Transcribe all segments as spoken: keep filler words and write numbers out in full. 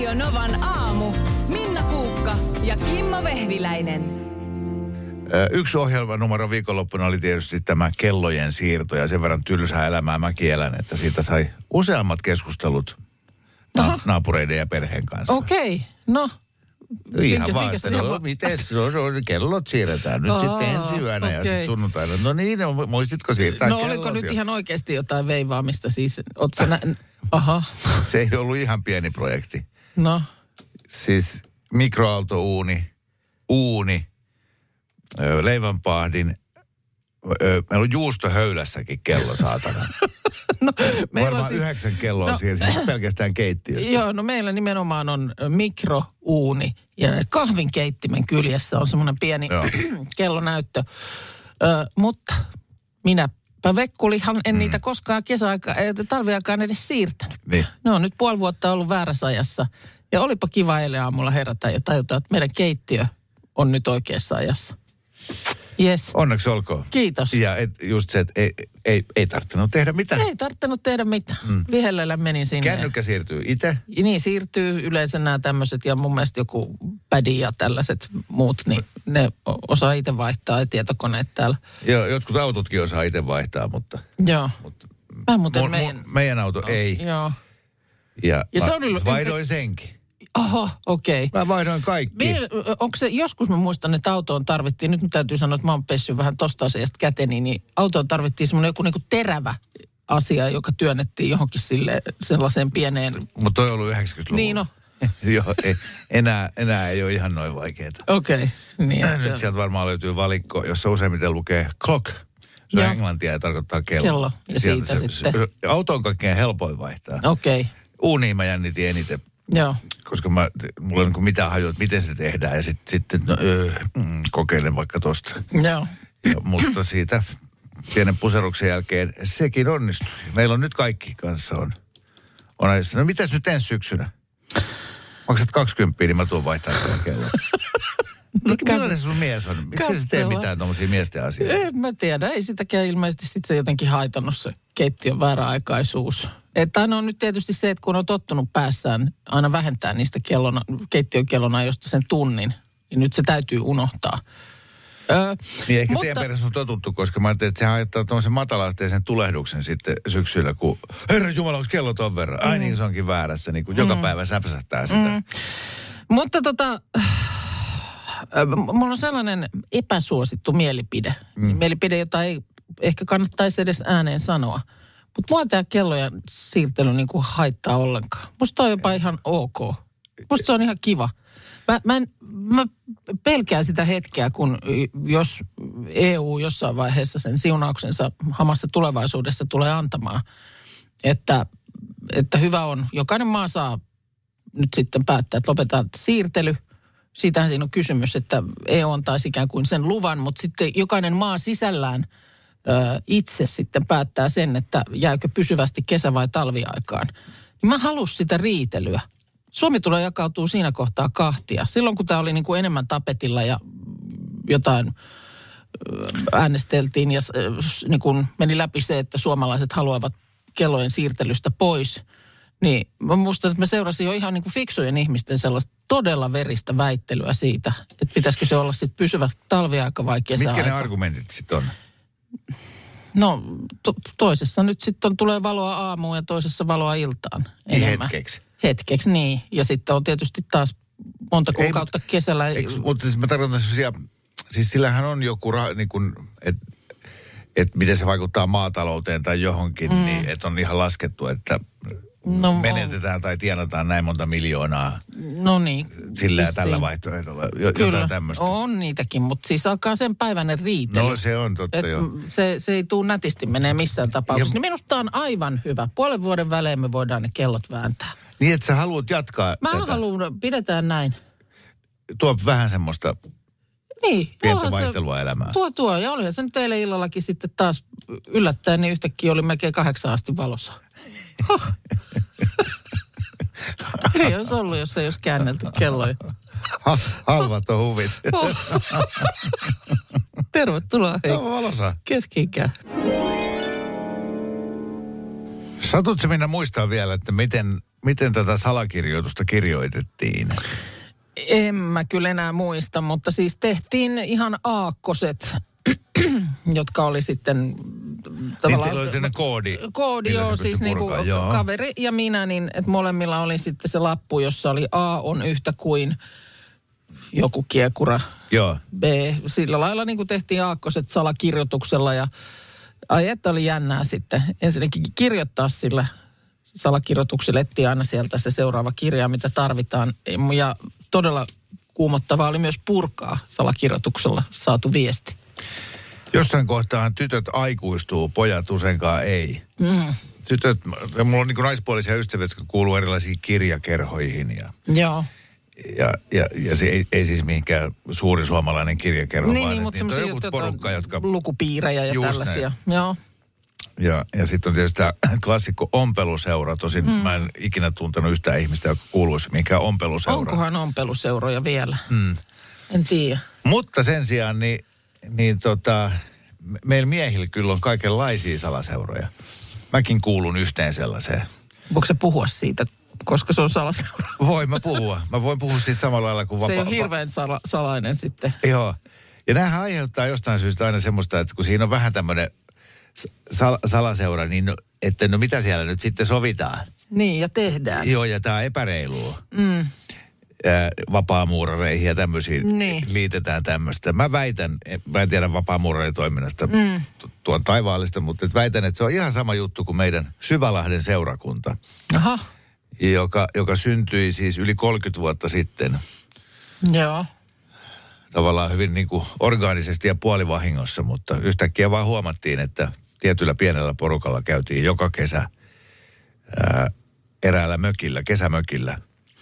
Radio Novan aamu. Minna Kuukka ja Kimmo Vehviläinen. Yksi ohjelmanumero viikonloppuna oli tietysti tämä kellojen siirto ja sen verran tylsää elämää mäkin elän, että siitä sai useammat keskustelut na- naapureiden ja perheen kanssa. Okei, okay. no. Ihan minkä, vaan, minkä että no, miten no, no, kellot siirretään nyt Aa, sitten ensi yönä okay. ja sitten sunnuntaina. No niin, no, muistitko siirtää No kellot? oliko nyt ja... ihan oikeasti jotain veivaamista siis? Ootko nä... Aha. Se ei ollut ihan pieni projekti. No. Siis mikroaaltouuni, uuni, leivänpahdin, meillä on juustohöylässäkin kello, saatana. No, varmaan siis... yhdeksän kelloa no, siirsi pelkästään keittiöstä. Joo, no meillä nimenomaan on mikrouuni ja kahvinkeittimen kyljessä on semmoinen pieni kellonäyttö. Ö, mutta minäpä vekkulihan en mm. niitä koskaan kesäaikaan, talviaikaan edes siirtänyt. Niin. Ne on nyt puoli vuotta ollut väärässä ajassa. Ja olipa kiva eilen aamulla herätä ja tajuta, että meidän keittiö on nyt oikeassa ajassa. Yes. Onneksi olkoon. Kiitos. Ja et, just se, että ei, ei, ei tarvittanut tehdä mitään. Ei tarvittanut tehdä mitään. Mm. Vihellellä menin sinne. Kännykkä siirtyy itse. Niin, siirtyy yleensä nämä tämmöiset ja mun mielestä joku pädi ja tällaiset muut, niin ne osaa itse vaihtaa ja tietokoneet täällä. Joo, jotkut autotkin osaa itse vaihtaa, mutta... Joo. mutta mä muuten mun, meidän... Mun, meidän auto no, ei. Joo. Ja, ja mä se on yl... vaihdoin senkin. Oho, okei. Okay. Mä vaihdoin kaikki. Me, onko se, joskus mä muistan, että autoon tarvittiin, nyt täytyy sanoa, että mä oon pessyt vähän tosta asiasta käteni, niin autoon tarvittiin semmoinen joku niinku terävä asia, joka työnnettiin johonkin sille sellaiseen pieneen... Mutta toi on ollut yhdeksänkymmentäluvulla. Niin no. Joo, ei, enää, enää ei ole ihan noin vaikeaa. Okei. Okay. Niin, nyt se... sieltä varmaan löytyy valikko, jossa useimmiten lukee clock. Se on Joo. englantia ja tarkoittaa kello. Kello, ja siitä se, sitten. Se, auto on kaikkein helpoin vaihtaa. Okei. Okay. Uuniin mä jännitin eniten. Joo. Koska mä, mulla ei niin mitään hajua, että miten se tehdään. Ja sitten sit, no, öö, mm, kokeilen vaikka tosta. Joo. Ja, mutta siitä pienen puseruksen jälkeen sekin onnistui. Meillä on nyt kaikki kanssa on. on ajassa. No mitäs nyt ensi syksynä? Maksat kaksikymmentä, niin mä tuon vaihtaa tämän kellon. No, millainen se sun mies on? Miksi se tee mitään tommosia miesten asioita? En mä tiedä. Ei sitäkään ilmeisesti sit se jotenkin haitannut se keittiön vääräaikaisuus. Että aina on nyt tietysti se, että kun on tottunut päässään aina vähentää niistä kellona, keittiön kellonajosta sen tunnin, niin nyt se täytyy unohtaa. Öö, niin ehkä mutta... teidän perheessä on totuttu, koska mä ajattelin, että se haittaa tuollaisen matala-asteisen tulehduksen sitten syksyllä, kun herra jumala, onko kello ton verran? Mm. Ai niin, se onkin väärässä, niin kuin mm. joka päivä säpsähtää sitä. Mm. Mutta tota... Mulla on sellainen epäsuosittu mielipide. Mm. Mielipide, jota ei ehkä kannattaisi edes ääneen sanoa. Mutta mua tämä kellojen siirtely niin kuin haittaa ollenkaan. Musta on jopa ihan ok. Musta se on ihan kiva. Mä, mä, en, mä pelkään sitä hetkeä, kun jos E U jossain vaiheessa sen siunauksensa hamassa tulevaisuudessa tulee antamaan, että, että hyvä on. Jokainen maa saa nyt sitten päättää, että lopetetaan siirtely. Siitähän siinä on kysymys, että E U antaisi ikään kuin sen luvan, mutta sitten jokainen maa sisällään ö, itse sitten päättää sen, että jääkö pysyvästi kesä- vai talviaikaan. Niin mä halusin sitä riitelyä. Suomi tulee jakautuu siinä kohtaa kahtia. Silloin kun tämä oli niin kuin enemmän tapetilla ja jotain äänesteltiin ja niin kuin meni läpi se, että suomalaiset haluavat kellojen siirtelystä pois, niin mä muistan, että mä seurasin jo ihan niin kuin fiksujen ihmisten sellaista todella veristä väittelyä siitä, että pitäisikö se olla sitten pysyvä talviaika vai kesäaika. Mitkä ne argumentit sitten on? No to, toisessa nyt sitten tulee valoa aamuun ja toisessa valoa iltaan enemmän. Hetkeksi. Hetkeksi, niin. Ja sitten on tietysti taas monta kuukautta Ei, kesällä. Eikö, mutta siis mä tarkoitan sellaisia, siis sillähän on joku, niin kuin, että et miten se vaikuttaa maatalouteen tai johonkin, mm. niin että on ihan laskettu, että no, menetetään on. tai tienataan näin monta miljoonaa. No niin. Sillä ja tällä vaihtoehdolla. Jo, Kyllä, tämmöistä. On niitäkin, mutta siis alkaa sen päiväinen riitely. No se on totta jo. Se, se ei tule nätisti menee missään tapauksessa. Ja, niin minusta on aivan hyvä. Puolen vuoden välein me voidaan ne kellot vääntää. Niin, että sä haluat jatkaa Mä tätä. haluan, pidetään näin. Tuo vähän semmoista niin, pientä vaihtelua se, elämään. Tuo tuo, ja olihan se nyt eilen illallakin sitten taas yllättäen, niin yhtäkkiä oli melkein kahdeksan asti valossa. Ei olisi ollut, jos ei olisi käännelty kelloja. Ha, halvat on huvit. Tervetuloa. Hei. No, valossa. Keski-ikää. Satutko minä muistaa vielä, että miten miten tätä salakirjoitusta kirjoitettiin? En mä kyllä enää muista, mutta siis tehtiin ihan aakkoset, jotka oli sitten tavallaan... Niin teillä oli koodi. Koodi, joo, siis niinku joo. Kaveri ja minä, niin että molemmilla oli sitten se lappu, jossa oli A on yhtä kuin joku kiekura. Joo. B. Sillä lailla niin kuin tehtiin aakkoset salakirjoituksella ja ai että oli jännää sitten ensinnäkin kirjoittaa sillä salakirjoituksella, etsiä aina sieltä se seuraava kirja, mitä tarvitaan. Ja todella kuumottavaa oli myös purkaa salakirjoituksella saatu viesti. Jossain kohtaan tytöt aikuistuu, pojat useinkaan ei. Mm. Tytöt, mulla on niin kuin naispuolisia ystäviä, jotka kuuluu erilaisiin kirjakerhoihin. Ja, Joo. ja, ja, ja se ei, ei siis mihinkään suuri suomalainen kirjakerho, niin, vaan niin, mutta on joku porukka, jotka... Lukupiirejä ja tällaisia. Näin. Joo. Ja, ja sitten on tietysti tämä klassikko ompeluseura. Tosin mm. mä en ikinä tuntenut yhtään ihmistä, joka kuuluisi mihinkään ompeluseuraan. Onkohan ompeluseuroja vielä? Mm. En tiedä. Mutta sen sijaan niin, niin tota, meillä miehillä kyllä on kaikenlaisia salaseuroja. Mäkin kuulun yhteen sellaiseen. Voiko se puhua siitä, koska se on salaseura? Voin mä puhua. Mä voin puhua siitä samalla lailla kuin... Se vapa- ei ole hirveän sala- salainen sitten. Joo. Ja näähän aiheuttaa jostain syystä aina semmoista, että kun siinä on vähän tämmöinen sal- salaseura, niin no, että no mitä siellä nyt sitten sovitaan? Niin, ja tehdään. Joo, ja tää on epäreilua. Mm. Vapaamuurareihin ja tämmöisiin niin. liitetään tämmöistä. Mä väitän, mä en tiedä vapaamuuraritoiminnasta mm. tuon taivaallista, mutta et väitän, että se on ihan sama juttu kuin meidän Syvälahden seurakunta, Aha. joka, joka syntyi siis yli kolmekymmentä vuotta sitten. Joo. Tavallaan hyvin niin kuin orgaanisesti ja puolivahingossa, mutta yhtäkkiä vaan huomattiin, että tietyllä pienellä porukalla käytiin joka kesä ää, eräällä mökillä, kesämökillä.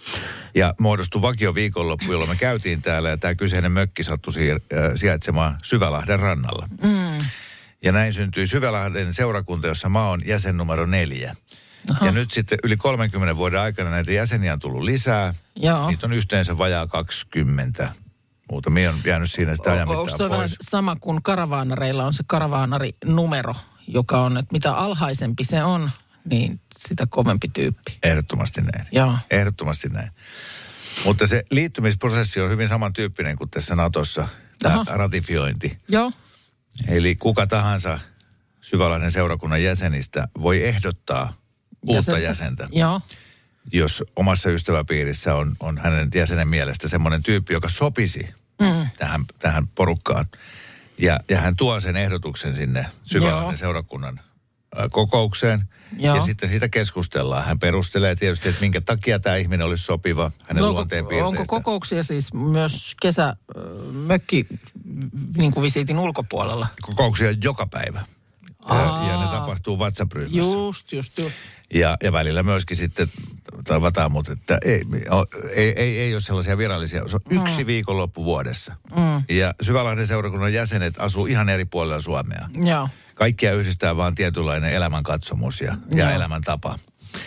Ja muodostui vakio viikonloppu, jolloin me käytiin täällä ja tämä kyseinen mökki sattui sijaitsemaan Syvälahden rannalla. Mm. Ja näin syntyi Syvälahden seurakunta, jossa mä oon jäsen numero neljä. Aha. Ja nyt sitten yli kolmenkymmenen vuoden aikana näitä jäseniä on tullut lisää. Joo. Niitä on yhteensä vajaa kaksikymmentä. Muutamia on jäänyt siinä sitä ajan mittaan pois. Onko sama kuin karavaanareilla on se karavaanarinumero, joka on, että mitä alhaisempi se on, niin sitä kovempi tyyppi. Ehdottomasti näin. Joo. Ehdottomasti näin. Mutta se liittymisprosessi on hyvin samantyyppinen kuin tässä Natossa, tämä ratifiointi. Joo. Eli kuka tahansa Syvälahden seurakunnan jäsenistä voi ehdottaa uutta jäsentä. jäsentä. Joo. Jos omassa ystäväpiirissä on, on hänen jäsenen mielestä semmoinen tyyppi, joka sopisi mm. tähän, tähän porukkaan. Ja, ja hän tuo sen ehdotuksen sinne Syvälahden seurakunnan kokoukseen. Joo. Ja sitten siitä keskustellaan. Hän perustelee tietysti, että minkä takia tämä ihminen olisi sopiva hänen no, luonteenpiirteistä. Onko kokouksia siis myös kesämökki niin kuin visiitin ulkopuolella? Kokouksia joka päivä. Ja, ja ne tapahtuu WhatsApp-ryhmässä. Just, just, just. Ja, ja välillä myöskin sitten tavataan, mutta että ei, ei, ei, ei ole sellaisia virallisia. Se on mm. yksi viikonloppu vuodessa. Mm. Ja Syvälahden seurakunnan jäsenet asuu ihan eri puolilla Suomea. Joo. Kaikkia yhdistää vaan tietynlainen elämänkatsomus ja, ja elämäntapa.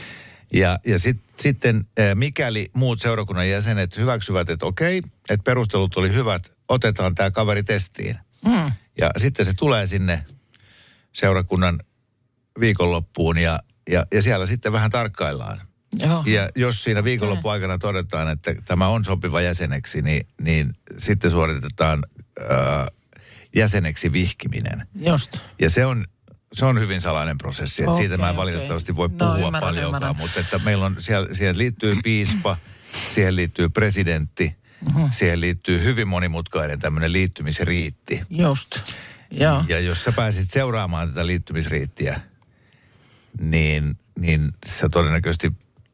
Ja, ja sit, sitten mikäli muut seurakunnan jäsenet hyväksyvät, että okei, että perustelut oli hyvät, otetaan tämä kaveri testiin. Mm. Ja sitten se tulee sinne seurakunnan viikonloppuun ja, ja, ja siellä sitten vähän tarkkaillaan. Joo. Ja jos siinä viikonloppu aikana todetaan, että tämä on sopiva jäseneksi, niin, niin sitten suoritetaan ää, jäseneksi vihkiminen. Just. Ja se on, se on hyvin salainen prosessi, että okay, siitä mä en valitettavasti voi okay. puhua no, ymmärrän, paljonkaan, ymmärrän. mutta että meillä on, siellä, siihen liittyy piispa, siihen liittyy presidentti, uh-huh. siihen liittyy hyvin monimutkainen tämmöinen liittymisriitti. Just. Joo. Ja jos sä pääsit seuraamaan tätä liittymisriittiä, niin, niin sä todennäköisesti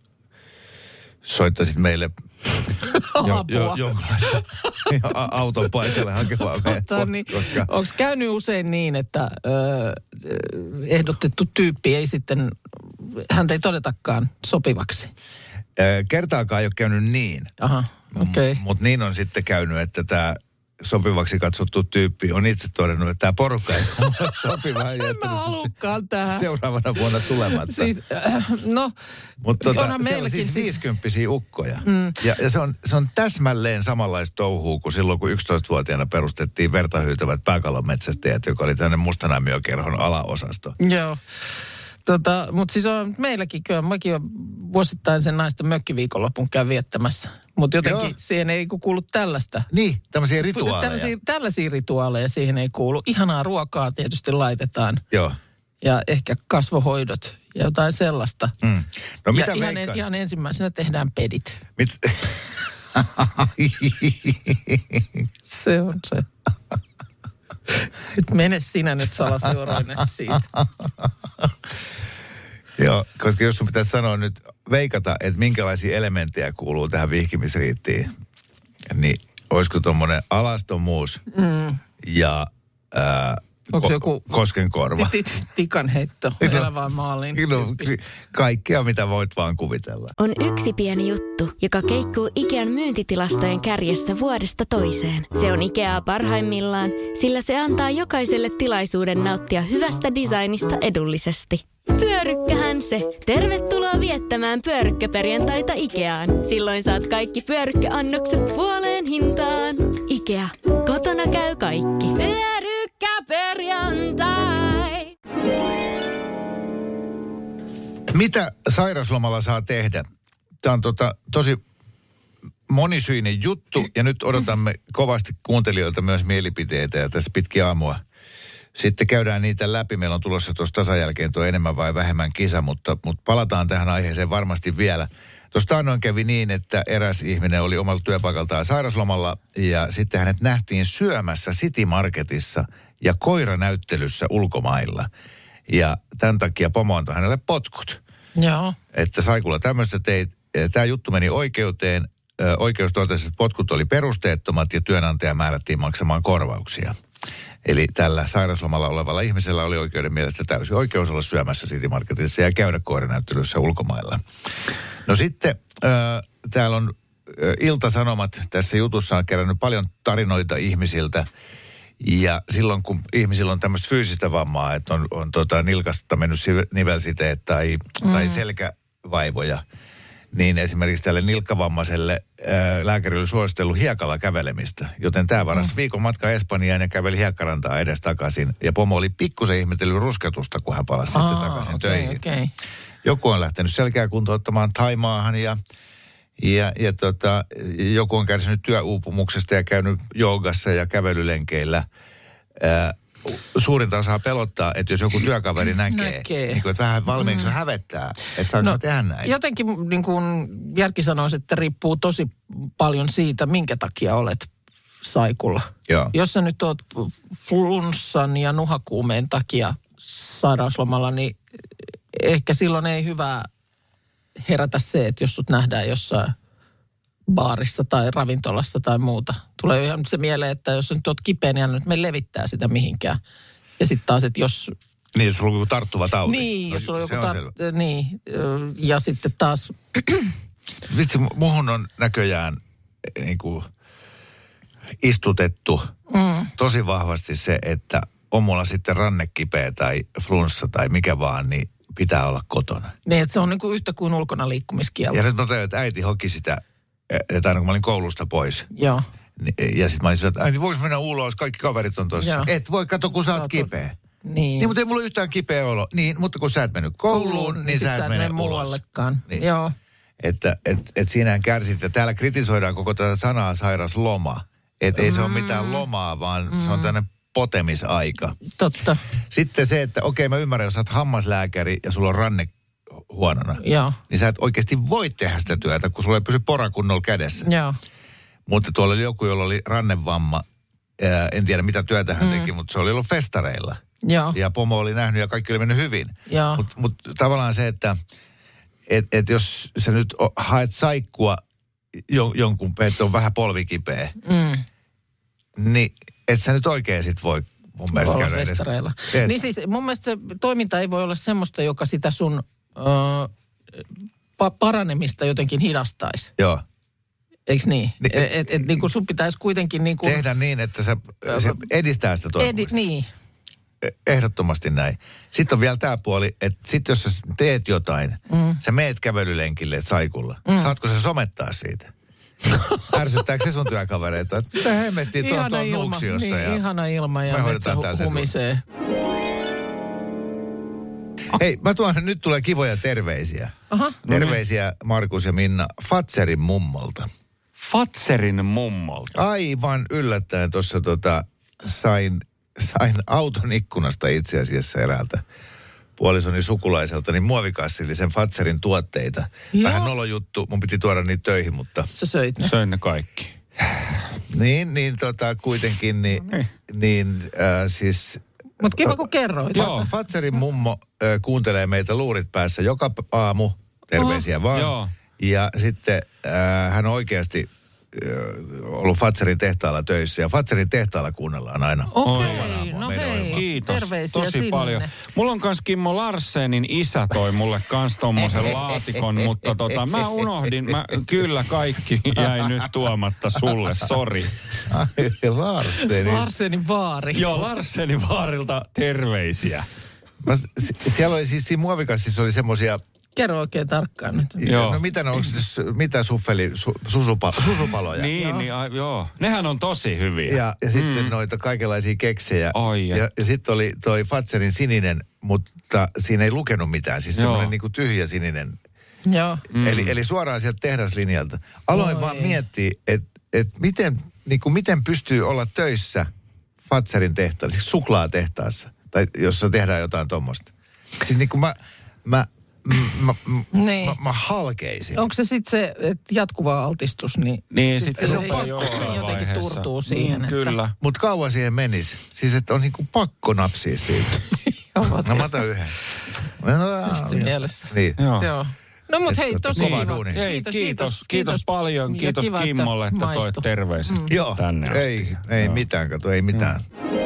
soittaisit meille jo, jo, jonkinlaisen auton paikalle hakemaan meidät. Niin, koska... Onko käynyt usein niin, että ö, ehdotettu tyyppi ei sitten, häntä ei todetakaan sopivaksi? Kertaakaan ei ole käynyt niin. Aha, okei. Okay. M- Mutta niin on sitten käynyt, että tämä sopivaksi katsottu tyyppi on itse todennut, että tämä porukka ei ole sopiva. Mä halukkaan tähän. Seuraavana vuonna tulematta. Siis, äh, no, mutta tota, se on siis viisikymppisiä ukkoja. Mm. Ja, ja se, on, se on täsmälleen samanlaista touhua kuin silloin, kun yksitoistavuotiaana perustettiin vertahyytävät pääkallonmetsästäjät, joka oli tämmöinen Mustanämmiökerhon alaosasto. Joo. Tota, mutta siis on meilläkin kyllä, mäkin olen vuosittain sen naisten mökkiviikonlopun käyn viettämässä. Mutta jotenkin Joo. siihen ei kuulu tällaista. Niin, tämmöisiä rituaaleja. Tällaisia, tällaisia rituaaleja siihen ei kuulu. Ihanaa ruokaa tietysti laitetaan. Joo. Ja ehkä kasvohoidot ja jotain sellaista. Mm. No mitä ja ihan, en, ihan ensimmäisenä tehdään pedit. Mit... Se on se. Nyt mene sinä nyt salaseuroinen siitä. Joo, koska jos sun pitäisi sanoa nyt, veikata, että minkälaisia elementtejä kuuluu tähän vihkimisriittiin, niin olisiko tuommoinen alastomuus mm. ja ää, Onko ko- joku koskenkorva? Tikanheitto elävään maaliin. No, kaikkea, mitä voit vaan kuvitella. On yksi pieni juttu, joka keikkuu Ikean myyntitilastojen kärjessä vuodesta toiseen. Se on Ikeaa parhaimmillaan, sillä se antaa jokaiselle tilaisuuden nauttia hyvästä designista edullisesti. Pyörykkähän se! Tervetuloa viettämään pyörykkäperjantaita Ikeaan. Silloin saat kaikki pyörykkäannokset puoleen hintaan. Ikea. Kotona käy kaikki. Pyörykkäperjantai! Mitä sairaslomalla saa tehdä? Tämä on tota, tosi monisyinen juttu ja nyt odotamme kovasti kuuntelijoilta myös mielipiteitä ja tässä pitkin aamua. Sitten käydään niitä läpi. Meillä on tulossa tuossa tasan jälkeen tuo enemmän vai vähemmän kisa, mutta, mutta palataan tähän aiheeseen varmasti vielä. Tuossa taannoin kävi niin, että eräs ihminen oli omalla työpaikaltaan sairaslomalla ja sitten hänet nähtiin syömässä City Marketissa ja koiranäyttelyssä ulkomailla. Ja tämän takia pomo antoi hänelle potkut. Joo. Että Saikulla tämmöistä teit. Tämä juttu meni oikeuteen. Oikeus totesi, että potkut oli perusteettomat ja työnantaja määrättiin maksamaan korvauksia. Eli tällä sairaslomalla olevalla ihmisellä oli oikeuden mielestä täysin oikeus olla syömässä City Marketissa ja käydä koiranäyttelyssä ulkomailla. No sitten äh, täällä on äh, Ilta-Sanomat tässä jutussa on kerännyt paljon tarinoita ihmisiltä. Ja silloin kun ihmisillä on tämmöistä fyysistä vammaa, että on, on tota nilkasta mennyt nivelsiteet tai, mm. tai selkävaivoja, niin esimerkiksi tälle nilkkavammaiselle ää, lääkäri oli suositellut hiekalla kävelemistä. Joten tämä varasi mm. viikon matka Espanjaan ja käveli hiekkarantaa edes takaisin. Ja pomo oli pikkusen ihmetellyt rusketusta, kun hän palasi Aa, sitten takaisin okay, töihin. Okay. Joku on lähtenyt selkää kuntouttamaan Taimaahan ja, ja, ja tota, joku on kärsinyt työuupumuksesta ja käynyt joogassa ja kävelylenkeillä. Ää, Suurinta osaa pelottaa, että jos joku työkaveri näkee, näkee. Niin kuin, että vähän valmiiksi mm. hävettää, että saanko no, tehdä näin. Jotenkin niin kuin Järki sanoisi, että riippuu tosi paljon siitä, minkä takia olet saikulla. Joo. Jos sä nyt oot flunssan ja nuhakuumeen takia sairauslomalla, niin ehkä silloin ei hyvä herätä se, että jos sut nähdään jossain baarissa tai ravintolassa tai muuta. Tulee ihan se mieleen, että jos nyt oot kipeä, niin nyt me levittää sitä mihinkään. Ja sitten taas, että jos... Niin, jos sulla on joku tarttuva tauti. Niin, no, jos sulla on joku tarttuva... Niin, ja sitten taas... Vitsi, muhun on näköjään niin kuin istutettu mm. tosi vahvasti se, että on mulla sitten ranne kipeä tai flunssa tai mikä vaan, niin pitää olla kotona. Niin, että se on niin kuin yhtä kuin ulkona liikkumiskielto. Ja nyt mä tein, että äiti hoki sitä, että aina kun mä olin koulusta pois. Joo. Ja sitten mä olin että äiti, vois mennä ulos, kaikki kaverit on tuossa. Et voi, kato kun sä oot kipeä. Niin. Niin, mutta ei mulla yhtään kipeä olo. Niin, mutta kun sä et mennyt kouluun, kouluun niin, niin sä et mene, mene muuallekaan. Niin. Joo. Että et, et siinähän kärsit. Ja täällä kritisoidaan koko tätä sanaa sairasloma. Että ei mm. se ole mitään lomaa, vaan mm. se on tämmöinen potemisaika. Totta. Sitten se, että okei mä ymmärrän, jos sä oot hammaslääkäri ja sulla on ranne huonona. Joo. Niin sä et oikeasti voi tehdä sitä työtä, kun sulla ei pysy pora kunnolla kädessä. Joo. Mutta tuolla oli joku, jolla oli rannevamma. Ää, en tiedä mitä työtä hän mm. teki, mutta se oli ollut festareilla. Joo. Ja pomo oli nähnyt ja kaikki oli mennyt hyvin. Mutta mut tavallaan se, että et, et jos sä nyt o, haet saikkua jon, jonkun, että on vähän polvikipeä, mm. niin et sä nyt oikein sit voi mun mielestä käydä edes. Festareilla. Niin siis mun mielestä se toiminta ei voi olla semmoista, joka sitä sun ö, pa- paranemista jotenkin hidastaisi. Joo. Eikö niin? niin että et, et, niin kuin sun pitäisi kuitenkin niin kuin... Tehdä niin, että se, se edistää sitä toipumista. Edi, niin. Ehdottomasti näin. Sitten on vielä tämä puoli, että sitten jos sä teet jotain, mm. sä meet kävelylenkille saikulla. Mm. Saatko sä somettaa siitä? Ärsyttääkö se sun työkavereita? Mitä hemmettiin tuon tuon nuuksiossa? Niin, ja ihana ilma ja metsä hu- humisee. Hei, mä tuon, nyt tulee kivoja terveisiä. Aha. Terveisiä Markus ja Minna Fatserin mummolta. Fatserin mummolta. Aivan yllättäen tuossa tota, sain, sain auton ikkunasta itse asiassa eräältä puolisoni sukulaiselta, niin muovikassillisen Fatserin tuotteita. Joo. Vähän nolojuttu, mun piti tuoda niitä töihin, mutta... Sä söit ne. Söin ne kaikki. Niin, niin tota kuitenkin, niin, No niin. niin äh, siis... Mutta kiva kun kerroit. Joo. Fatserin mummo äh, kuuntelee meitä luurit päässä joka p- aamu. Terveisiä Oho. vaan. Joo. Ja sitten äh, hän on oikeasti äh, ollut Fatserin tehtaalla töissä. Ja Fatserin tehtaalla kuunnellaan aina. Okei, Aamu no meidän hei. ohjelmaa. Kiitos Terveisiä tosi sinne. paljon. Mulla on kans Kimmo Larsenin isä toi mulle kans tommosen laatikon, mutta tota mä unohdin, mä, kyllä kaikki jäi nyt tuomatta sulle, sori. Ai, Larseni. Larsenin vaari. Joo, Larsenin vaarilta terveisiä. Mä, s- siellä oli siis siinä muovikassissa oli semmosia... Kerro oikein tarkkaan nyt. Joo. No mitä ne on, siis, mitä suffeli, su, susupa, susupaloja? Niin, Joo. niin, a, joo. Nehän on tosi hyviä. Ja, ja sitten mm. noita kaikenlaisia keksejä. Ai ja, ja sitten oli toi Fatserin sininen, mutta siinä ei lukenut mitään. Siis Joo. semmoinen niinku tyhjä sininen. Joo. Mm. Eli, eli suoraan sieltä tehdaslinjalta. Aloin Oi. vaan miettiä, että et miten, niinku, miten pystyy olla töissä Fatserin tehtaassa, siis suklaatehtaassa. Tai jossa tehdään jotain tommoista. Siis niinku mä, mä, mä, mä, Niin. mä, mä halkeisin. Onko se sitten se että jatkuva altistus, niin... Niin, sit sitten se se on rupeaa pakko jossain jotenkin vaiheessa. turtuu siihen, Niin, että- kyllä. Mutta kauan siihen menisi. Siis että on niinku pakko napsia siitä. ovat No mä otan yhden. No, Pysty mielessä. Niin. Joo. Joo. No mut Et hei, tota, tosi kova kiva. duuni. Hei, kiitos, kiitos, kiitos paljon. Ja Kiitos kiva, että Kimmolle, että toit maistui. terveiset Joo, tänne asti. ei, ei Joo. mitään, kato, ei mitään.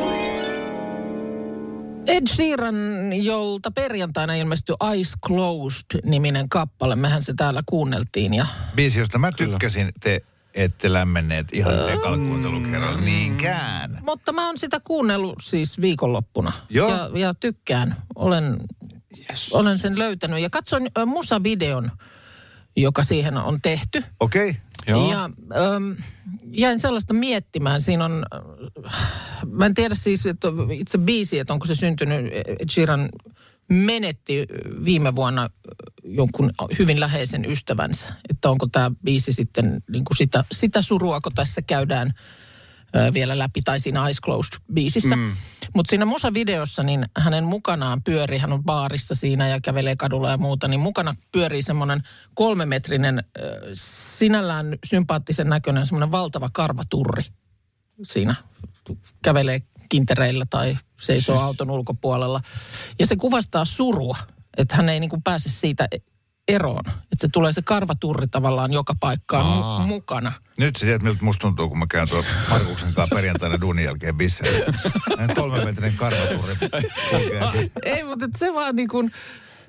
Ed Sheeran, jolta perjantaina ilmestyi Eyes Closed-niminen kappale. Mehän se täällä kuunneltiin ja... Biisi, josta mä tykkäsin, te ette lämmenneet ihan ekalla kuuntelukerralla niinkään. Mutta mä oon sitä kuunnellut siis viikonloppuna. Joo. Ja, ja tykkään. Olen, yes. olen sen löytänyt. Ja katsoin ö, musavideon, joka siihen on tehty. Okei? Okay. Joo. Ja ähm, jäin sellaista miettimään. Siinä on, äh, mä en tiedä siis, että itse biisi, että onko se syntynyt, Ed Sheeran menetti viime vuonna jonkun hyvin läheisen ystävänsä. Että onko tämä biisi sitten niin kuin sitä, sitä surua, kun tässä käydään äh, vielä läpi, tai siinä Eyes Closed-biisissä. Mm. Mutta siinä musavideossa niin hänen mukanaan pyörii, hän on baarissa siinä ja kävelee kadulla ja muuta, niin mukana pyörii semmoinen kolmemetrinen, äh, sinällään sympaattisen näköinen semmoinen valtava karvaturri siinä. Kävelee kintereillä tai seisoo auton ulkopuolella. Ja se kuvastaa surua, että hän ei niin kuin pääse siitä eroon. Että se tulee se karvaturri tavallaan joka paikkaan mu- mukana. Nyt sä tiedät, miltä musta tuntuu, kun mä käyn tuon Markuksen kanssa perjantaina duunin jälkeen bissellä. Näin kolmemetrinen karvaturri kulkee siitä. Ei, mutta et se vaan niin kuin...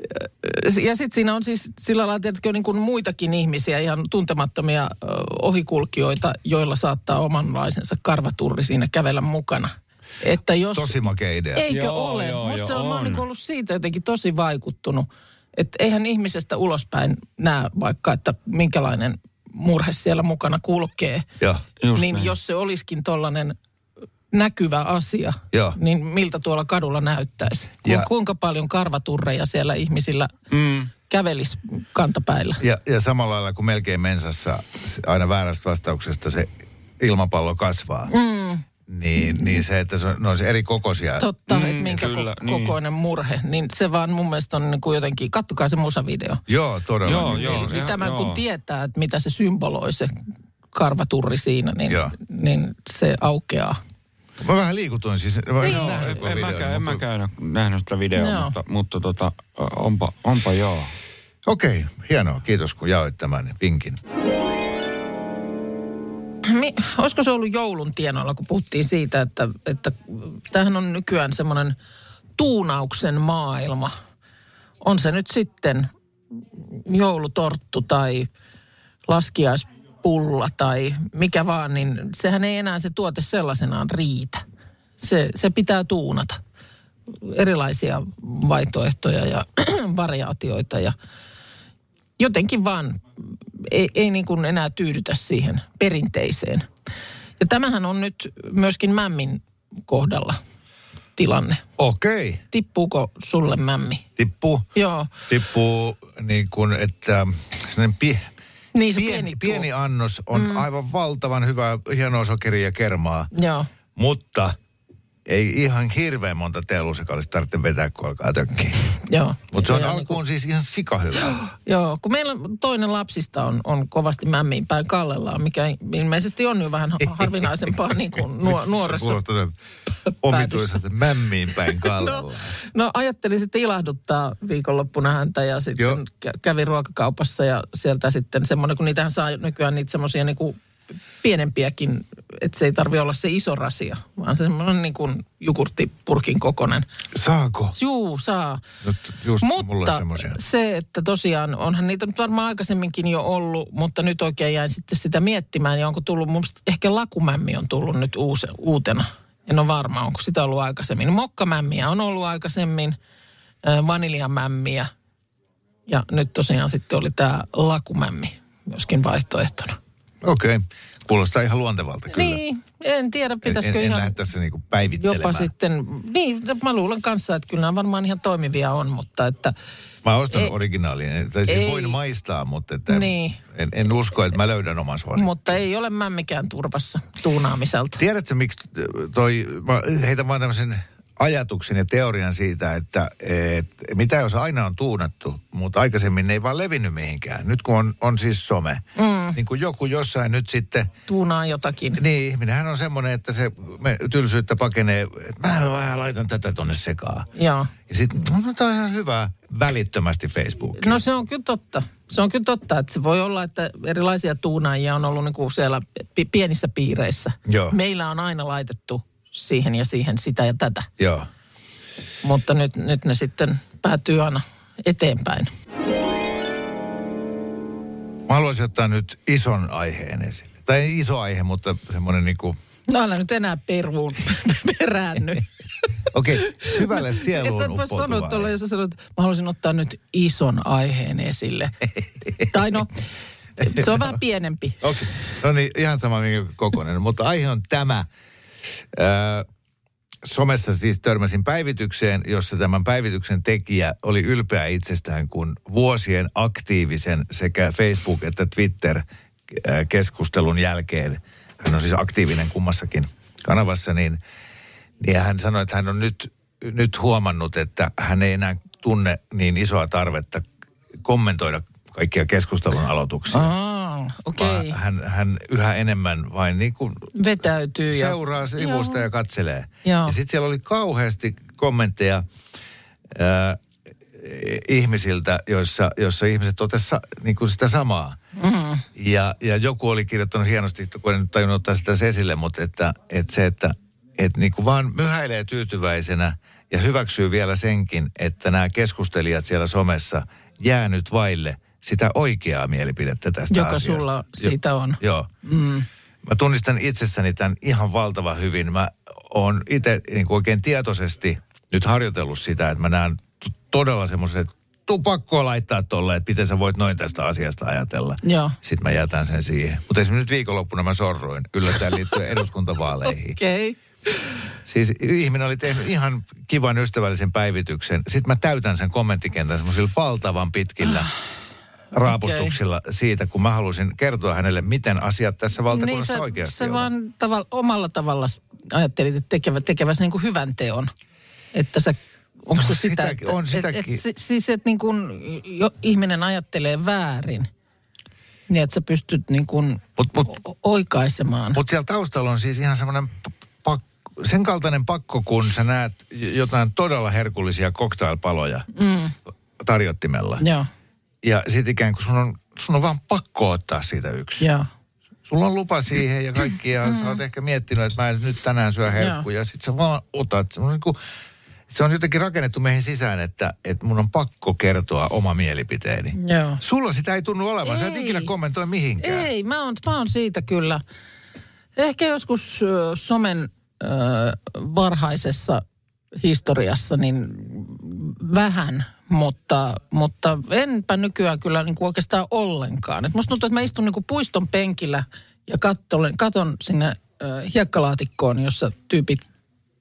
Ja sitten siinä on siis sillä lailla, tietenkin niin kuin muitakin ihmisiä, ihan tuntemattomia ö, ohikulkijoita, joilla saattaa omanlaisensa karvaturri siinä kävellä mukana. Että jos... Tosi makea idea. Eikö Joo, ole? joo, Musta joo, se on, mä oon on. niin ollut siitä jotenkin tosi vaikuttunut. Että eihän ihmisestä ulospäin näe vaikka, että minkälainen murhe siellä mukana kulkee. Joo. Just niin näin. jos se olisikin tollainen näkyvä asia, Joo. niin miltä tuolla kadulla näyttäisi? Ku, Ja- kuinka paljon karvaturreja siellä ihmisillä Mm. kävelisi kantapäillä? Ja, ja samalla lailla kuin melkein mensassa se- aina väärästä vastauksesta se ilmapallo kasvaa. Mm. Niin, niin se, että se on, ne on eri kokoisia. Totta, Mm, että minkä kyllä, ko- niin. kokoinen murhe. Niin se vaan mun mielestä on niin kuin jotenkin, kattokaa se musavideo. Joo, todella. Joo, niin. joo. Eli ja- tämä kun joo. tietää, että mitä se symboloi se karvaturri siinä, niin, Joo. niin se aukeaa. Mä vähän liikutuin siis. Mä Niin. en Joo, ole en, en, videon, mäkään, en mutta- mäkään nähnyt sitä videoa, Joo. mutta, mutta tota, onpa, onpa joo. Okei, hienoa. Kiitos kun jaoit tämän vinkin. Mi, olisiko se ollut joulun tienoilla, kun puhuttiin siitä, että, että tämähän on nykyään semmoinen tuunauksen maailma. On se nyt sitten joulutorttu tai laskiaispulla tai mikä vaan, niin sehän ei enää se tuote sellaisenaan riitä. Se, se pitää tuunata. Erilaisia vaihtoehtoja ja variaatioita ja jotenkin vaan ei, ei niin kuin enää tyydytä siihen perinteiseen. Ja tämähän on nyt myöskin mämmin kohdalla tilanne. Okei. Tippuuko sulle mämmi? Tippuu. Joo. Tippuu niin kuin, että sellainen pie, Niin se pieni, pieni, pieni annos on mm. aivan valtavan hyvää, hienoa sokeria ja kermaa. Joo. Mutta ei ihan hirveän monta teelusikallista tarvitse vetää, kun alkaa tökkiä. Joo. Mutta se on on alkuun niinku, siis ihan sikahyvää. Joo, kun meillä toinen lapsista on, on kovasti mämmiin päin kallellaan, mikä ilmeisesti on jo vähän harvinaisempaa niin kuin nuo, nuoressa Kuulostaa omituiselta mämmiin päin kallellaan. No, no ajattelin sitten ilahduttaa viikonloppuna häntä ja sitten Joo. kä- kävin ruokakaupassa ja sieltä sitten semmoinen, kun niitähän saa nykyään niitä semmoisia niin kuin pienempiäkin, että se ei tarvitse olla se iso rasia, vaan se semmoinen niin kuin jogurttipurkin kokoinen. Saako? Juu, saa. Nyt just mulle Mutta semmoisia. se, että tosiaan onhan niitä nyt varmaan aikaisemminkin jo ollut, mutta nyt oikein jäin sitten sitä miettimään ja onko tullut, mun mielestä ehkä lakumämmi on tullut nyt uusi, uutena. En ole varma, onko sitä ollut aikaisemmin. Mokkamämmiä on ollut aikaisemmin, äh, vaniljamämmiä ja nyt tosiaan sitten oli tämä lakumämmi myöskin vaihtoehtona. Okei. Okay. Kuulostaa ihan luontevalta kyllä. Niin, en tiedä, pitäisikö en, en, ihan en lähde tässä niinku päivittelemään. jopa sitten, niin mä luulen kanssa, että kyllä nämä varmaan ihan toimivia on, mutta että Mä ostan ei, originaalin, tai siis ei, voin maistaa, mutta että niin. en, en usko, että mä löydän oman suosikon. Mutta ei ole mämmikään turvassa tuunaamiselta. Tiedätkö, miksi toi, mä heitän vaan tämmöisen ajatuksen ja teorian siitä, että et, mitä jos aina on tuunattu, mutta aikaisemmin ne ei vaan levinnyt mihinkään. Nyt kun on, on siis some, mm. niin kuin joku jossain nyt sitten... Tuunaa jotakin. Niin, ihminenhän on semmoinen, että se me, tylsyyttä pakenee, että mä vähän laitan tätä tonne sekaan. Joo. Ja sitten, no tämä on ihan hyvä, välittömästi Facebookiin. No se on kyllä totta. Se on kyllä totta, että se voi olla, että erilaisia tuunaajia on ollut niinku siellä pi- pienissä piireissä. Joo. Meillä on aina laitettu siihen ja siihen sitä ja tätä. Joo. Mutta nyt, nyt ne sitten päätyy aina eteenpäin. Mä haluaisin ottaa nyt ison aiheen esille. Tai ei iso aihe, mutta semmoinen niinku... No älä nyt enää peruun peräänny. Okei, okay, syvälle sieluun Et sä et voi sanoa uppoutuvaa. tuolla, jos sä sanot, että mä haluaisin ottaa nyt ison aiheen esille. Tai no, se on vähän pienempi. Okei, okay. No niin, ihan sama minkä kokoinen. Mutta aihe on tämä. Öö, somessa siis törmäsin päivitykseen, jossa tämän päivityksen tekijä oli ylpeä itsestään, kun vuosien aktiivisen sekä Facebook- että Twitter-keskustelun jälkeen, hän on siis aktiivinen kummassakin kanavassa, niin, niin hän sanoi, että hän on nyt, nyt huomannut, että hän ei enää tunne niin isoa tarvetta kommentoida kaikkia keskustelun aloituksia. Aa, okei. Okay. Hän, hän yhä enemmän vain niin kuin vetäytyy ja seuraa sivusta Joo. ja katselee. Joo. Ja sitten siellä oli kauheasti kommentteja äh, ihmisiltä, joissa, joissa ihmiset totesivat niin kuin sitä samaa. Mm. Ja, ja joku oli kirjoittanut hienosti, kun en nyt tajunnut ottaa sitä esille, mutta että, että se, että että niin kuin vaan myhäilee tyytyväisenä ja hyväksyy vielä senkin, että nämä keskustelijat siellä somessa jää nyt vaille sitä oikeaa mielipidettä tästä Joka asiasta. sulla siitä on. Jo, joo. Mm. Mä tunnistan itsessäni tämän ihan valtavan hyvin. Mä oon itse niin kuin oikein tietoisesti nyt harjoitellut sitä, että mä näen t- todella semmoisen, että tuu pakkoa laittaa tolle, että miten sä voit noin tästä asiasta ajatella. Joo. Sitten mä jätän sen siihen. Mutta esimerkiksi nyt viikonloppuna mä sorroin yllättäen liittyen eduskuntavaaleihin. Okei. Okay. Siis ihminen oli tehnyt ihan kivan ystävällisen päivityksen. Sitten mä täytän sen kommenttikentän semmoisilla valtavan pitkillä raapustuksilla okay. siitä, kun mä halusin kertoa hänelle, miten asiat tässä valtakunnassa niin, oikeasti sä ovat. vaan tavalla, omalla tavalla ajattelit, että tekevä, tekeväsi niin kuin hyvän teon. Että sä, onko No, se sitä, sitäkin, että, on sitäkin. Et, et, siis että niin kuin jo, ihminen ajattelee väärin, niin että sä pystyt niin kuin mut, mut, o- oikaisemaan. Mutta siellä taustalla on siis ihan semmoinen pakko, sen kaltainen pakko, kun sä näet jotain todella herkullisia cocktailpaloja mm. tarjottimella. Joo. Ja sit ikään kuin sun on, sun on vaan pakko ottaa siitä yksi. Joo. Sulla on lupa siihen ja kaikki, ja mm. sä oot ehkä miettinyt, että mä en nyt tänään syö herkkuja. Ja sit sä vaan otat. Se on, niin kuin, se on jotenkin rakennettu meihin sisään, että, että mun on pakko kertoa oma mielipiteeni. Joo. Sulla sitä ei tunnu olevan. Ei. Sä et ikinä kommentoi mihinkään. Ei, mä oon, mä oon siitä kyllä. Ehkä joskus ö, somen ö, varhaisessa historiassa niin vähän, mutta, mutta enpä nykyään kyllä niin kuin oikeastaan ollenkaan. Et musta tuntuu, että mä istun niin kuin puiston penkillä ja kattelen, katon sinne ö, hiekkalaatikkoon, jossa tyypit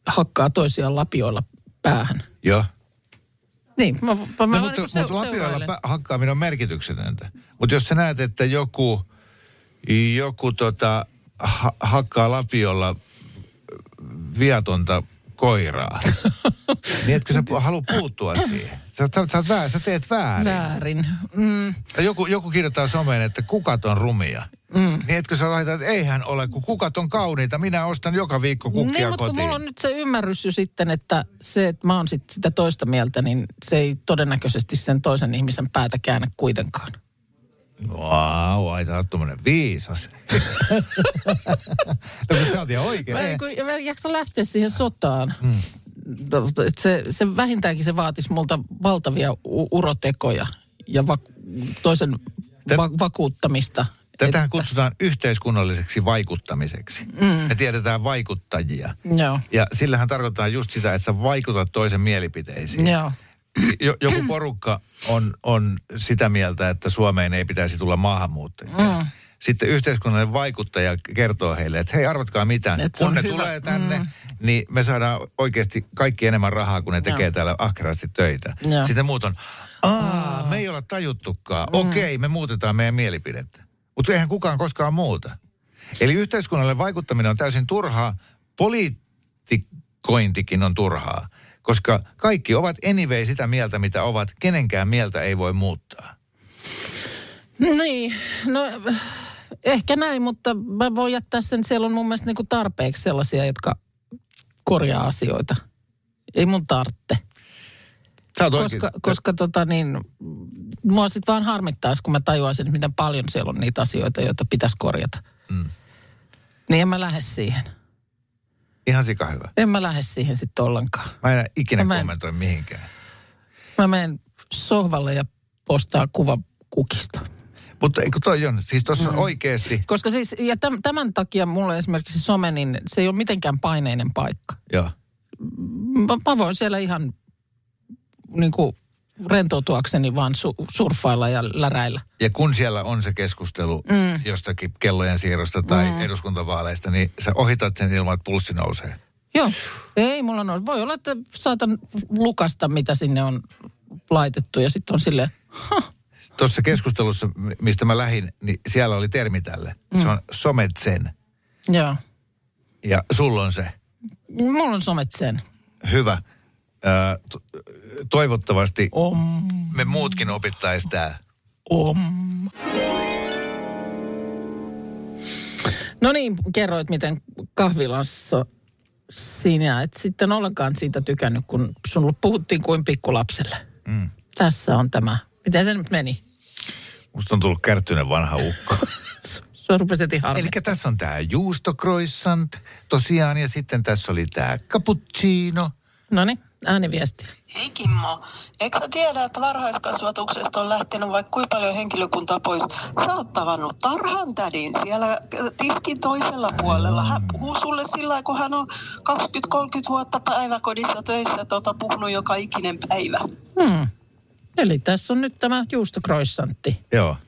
hakkaa toisiaan lapioilla päähän. Joo. Niin, mä, mä, No, mä mutta niin se, mutta lapioilla seurailen. pä- hakkaaminen on merkityksetöntä. Mutta jos sä näet, että joku, joku tota, ha- hakkaa lapiolla viatonta koiraa, niin etkö sä halua puuttua siihen? Sä, sä, sä, sä, sä teet väärin. Väärin. Mm. Tai joku, joku kirjoittaa someen, että kukat on rumia. Mm. Niin etkö sä laita, että eihän ole, kun kukat on kauniita. Minä ostan joka viikko kukkia Niin, mutta kun kotiin. mulla on nyt se ymmärrys jo sitten, että se, että mä oon sit sitä toista mieltä, niin se ei todennäköisesti sen toisen ihmisen päätä käännä kuitenkaan. Vau, ai sä oot tommonen viisas. No kun sä oot ihan oikein. Mä, en, kun, mä en jaksa lähteä siihen sotaan. Mm. Se, se vähintäänkin se vaatisi multa valtavia u- urotekoja ja va, toisen Tät- va, vakuuttamista. Tätähän että, kutsutaan yhteiskunnalliseksi vaikuttamiseksi. Mm. Me tiedetään vaikuttajia. Joo. Ja sillähän tarkoittaa just sitä, että sä vaikutat toisen mielipiteisiin. Joo. Jo, joku porukka on, on sitä mieltä, että Suomeen ei pitäisi tulla maahanmuuttajia. Mm. Sitten yhteiskunnallinen vaikuttaja kertoo heille, että hei, arvatkaa mitä, Et se kun on ne hyvä. tulee tänne, Mm. niin me saadaan oikeasti kaikki enemmän rahaa, kun ne tekee Joo. täällä ahkerasti töitä. Joo. Sitten muut on, aa, me ei olla tajuttukaan. Mm. Okei, me muutetaan meidän mielipidettä. Mutta eihän kukaan koskaan muuta. Eli yhteiskunnallinen vaikuttaminen on täysin turhaa. Poliitikointikin on turhaa. Koska kaikki ovat anyway sitä mieltä, mitä ovat. Kenenkään mieltä ei voi muuttaa. Niin, no ehkä näin, mutta mä voin jättää sen. Siellä on mun mielestä niinku tarpeeksi sellaisia, jotka korjaa asioita. Ei mun tarvitse. Sä oot Koska, oikein- koska tota niin, mua sit vaan harmittaisi, kun mä tajuaisin, miten paljon siellä on niitä asioita, joita pitäisi korjata. Mm. Niin en mä lähde siihen. Ihan sika hyvä. En mä lähde siihen sitten ollenkaan. Mä en ikinä Mä en- kommentoi mihinkään. Mä menen sohvalle ja postaan kuva kukista. Mutta eikö toi on, siis tuossa on oikeasti, Koska siis, ja täm, tämän takia mulle esimerkiksi some, niin se ei ole mitenkään paineinen paikka. joo. Mä, mä voin siellä ihan niin kuin rentoutuakseni vaan su, surffailla ja läräillä. Ja kun siellä on se keskustelu mm. jostakin kellojen siirrosta tai mm. eduskuntavaaleista, niin sä ohitat sen ilman, että pulssi nousee. Joo, ei mulla on. Voi olla, että saatan lukasta, mitä sinne on laitettu ja sitten on silleen, huh. Tuossa keskustelussa, mistä mä lähdin, niin siellä oli termi tälle. Mm. Se on sometsen. Joo. Ja sulla on se. Mulla on somet sen. Hyvä. Ö, to- toivottavasti Om, me muutkin opittaisiin tää. om. No niin, kerroit, miten kahvilassa sinä et sitten ollenkaan siitä tykännyt, kun sun puhuttiin kuin pikkulapselle. Mm. Tässä on tämä. Miten se nyt meni? Musta on tullut kärttyinen vanha ukko. Se rupesi heti harmi. Eli tässä on tää juustokroissant tosiaan ja sitten tässä oli tää cappuccino. No niin, ääniviesti. Hei Kimmo, eikö sä tiedä, että varhaiskasvatuksesta on lähtenyt vaikka kuinka paljon henkilökuntaa pois? Sä oot tavannut tarhan tädin siellä tiskin toisella puolella. Hän puhuu sulle sillä lailla, kun hän on kaksikymmentä kolmekymmentä vuotta päiväkodissa töissä, tota puhunut joka ikinen päivä. Hmm. Eli tässä on nyt tämä juustokroissantti. Joo.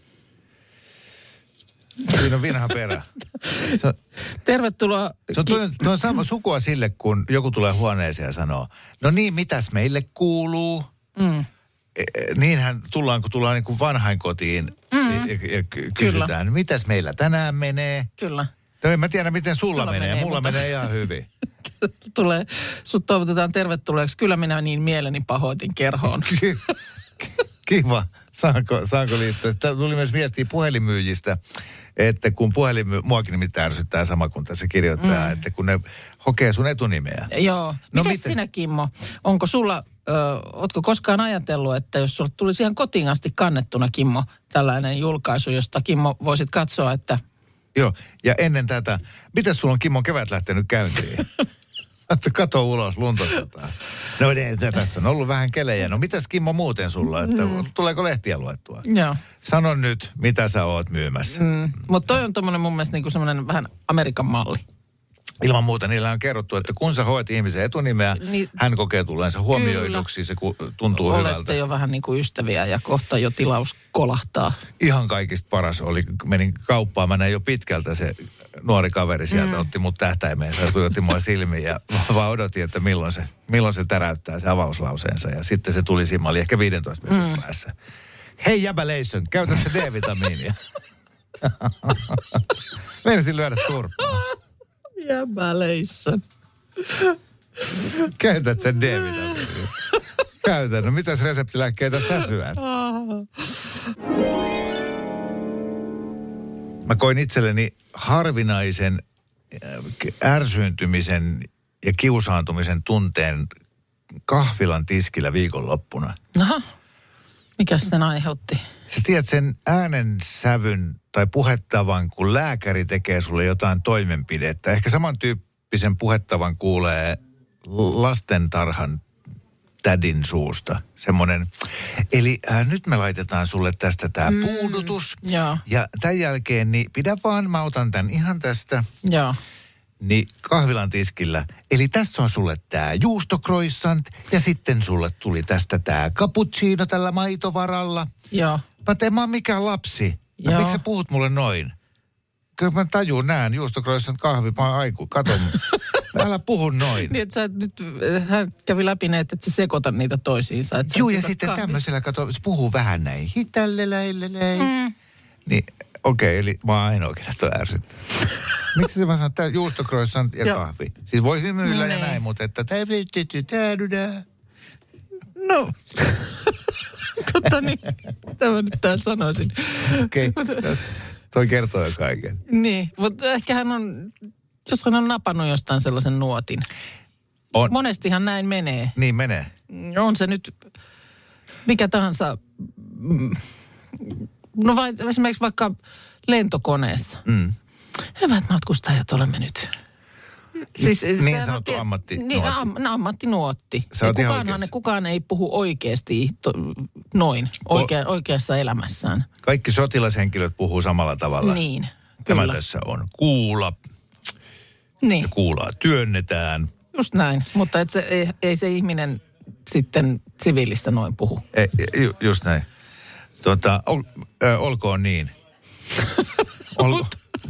Siinä on vinha perä. Se on, Tervetuloa. se on, tuo, tuo on sama sukua sille, kun joku tulee huoneeseen ja sanoo, no niin, mitäs meille kuuluu? Mm. E, niinhän tullaan, kun tullaan niin kuin vanhainkotiin mm. ja, ja ky- kysytään, Kyllä. mitäs meillä tänään menee? Kyllä. No en mä tiedä, miten sulla Sulla menee. menee, Mulla mutta- menee ihan hyvin. Tulee, sut toivotetaan tervetulleeksi. Kyllä minä niin mieleni pahoitin kerhoon. Kiva. Saanko, saanko liittyä? Täällä tuli myös viestiä puhelinmyyjistä, että kun puhelinmy... Muakin nimittäin ärsyttää sama kuin tässä kirjoittaa, mm. että kun ne hokee sun etunimeä. Joo. No Mites miten? sinä, Kimmo? Onko sulla, ö, ootko koskaan ajatellut, että jos sulla tulisi ihan kotiin asti kannettuna, Kimmo, tällainen julkaisu, josta Kimmo voisit katsoa, että Joo, ja ennen tätä, mitäs sulla on Kimmon kevät lähtenyt käyntiin? Kato ulos, lunta sataa. No niin, tässä on ollut vähän kelejä. No mitäs Kimmo muuten sulla, että mm. tuleeko lehtiä luettua? joo. Sano nyt, mitä sä oot myymässä. Mm. Mutta toi on tommonen mun mielestä niinku semmoinen vähän Amerikan malli. Ilman muuta niillä on kerrottu, että kun sä hoet ihmisen etunimeä, Niin- hän kokee tulleensa huomioiduksi, se ku, tuntuu Olette hyvältä. jo vähän niinku ystäviä ja kohta jo tilaus kolahtaa. Ihan kaikista paras oli, kun menin kauppaan, mä näin jo pitkältä se nuori kaveri sieltä Mm. otti mut tähtäimeen. Se tuijotti mua silmiin ja vaan odotin, että milloin se, milloin se täräyttää se avauslauseensa. Ja sitten se tuli siinä, mä olin ehkä viidentoista metrin mm. päässä. Hei jäbäleisön, käytä se D-vitamiinia. Meinasin lyödä turpaa. Jäbäleisön. Käytät sen D-vitamiinia. Käytän. No mitäs reseptilääkkeitä sä syöt? Mä koin itselleni harvinaisen ärsyyntymisen ja kiusaantumisen tunteen kahvilan tiskillä viikonloppuna. Aha. Mikäs sen aiheutti? Sä tiedät sen äänensävyn tai puhettavan, kun lääkäri tekee sulle jotain toimenpidettä. Ehkä samantyyppisen puhettavan kuulee lastentarhan tädin suusta. Semmoinen, eli äh, nyt me laitetaan sulle tästä tää mm, puudutus. Joo. Ja tämän jälkeen, niin pidä vaan, mä otan tän ihan tästä. Joo. Niin kahvilan tiskillä. Eli tässä on sulle tää juustokroissant ja sitten sulle tuli tästä tää cappuccino tällä maitovaralla. Joo. Mä teen, mä oon mikään lapsi. No, Joo. miksi sä puhut mulle noin? Kyllä mä tajun, näen juustokroissant kahvi, mä oon aiku, kato. Älä puhu noin. Niin, että sä nyt, hän kävi läpi ne, että et sä sekoita niitä toisiinsa. Joo, ja sitten kahvi. Tämmöisellä, kato, se puhuu vähän näin. Hitälleläilelei. Mm. Niin, okei, okay, eli mä oon ainoa, ketä toi ärsyttää. Miksi se vaan sanoo, että juustokroissant ja Joo. kahvi? Siis voi hymyillä No ja niin. näin, mutta että tää No. Totta niin, mitä mä nyt täällä sanoisin. Okei, okay. Toi kertoo jo kaiken. Niin, mutta ehkä hän on, jos hän on napannut jostain sellaisen nuotin. On. Monestihan näin menee. Niin menee. On se nyt mikä tahansa, mm, no vai, esimerkiksi vaikka lentokoneessa. Mm. Hyvät matkustajat, olemme nyt. Siis, niin sehän sanottu on, ammattinuotti. Niin, am, ammattinuotti. Sä Ja oot ihan kukaanhan, oikeassa. kukaan ei puhu oikeasti to, noin, oikea, oikeassa elämässään. Kaikki sotilashenkilöt puhuu samalla tavalla. Niin, Tämä kyllä. tässä on kuula. Niin, Ja kuulaa työnnetään. just näin. Mutta et se, ei, ei se ihminen sitten siviilissä noin puhu. Ei, ju, just näin. Tota, ol, ö, olkoon niin. Ol,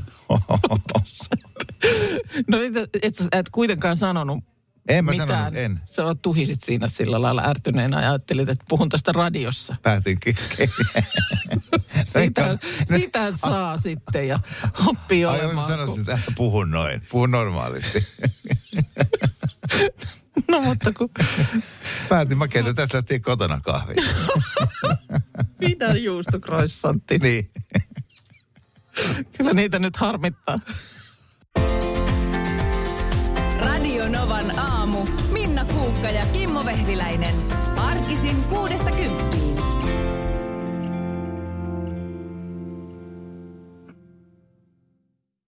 No et, et sä et kuitenkaan sanonut en mä mitään. sanonut, en. Sä oot tuhisit siinä sillä lailla ärtyneenä ja ajattelit, että puhun tästä radiossa. Päätinkin. Sitä, Nyt- sitä saa sitten ja oppii Ai, mä olemaan. sanoisin, kun- että puhun noin. Puhun normaalisti. No mutta kun Päätin, mä keitän tästä lähtien kotona kahvia. minä juustokroissantti. Niin. Kyllä niitä nyt harmittaa. Radio Novan aamu. Minna Kuukka ja Kimmo Vehviläinen. Arkisin kuudesta kymppiin.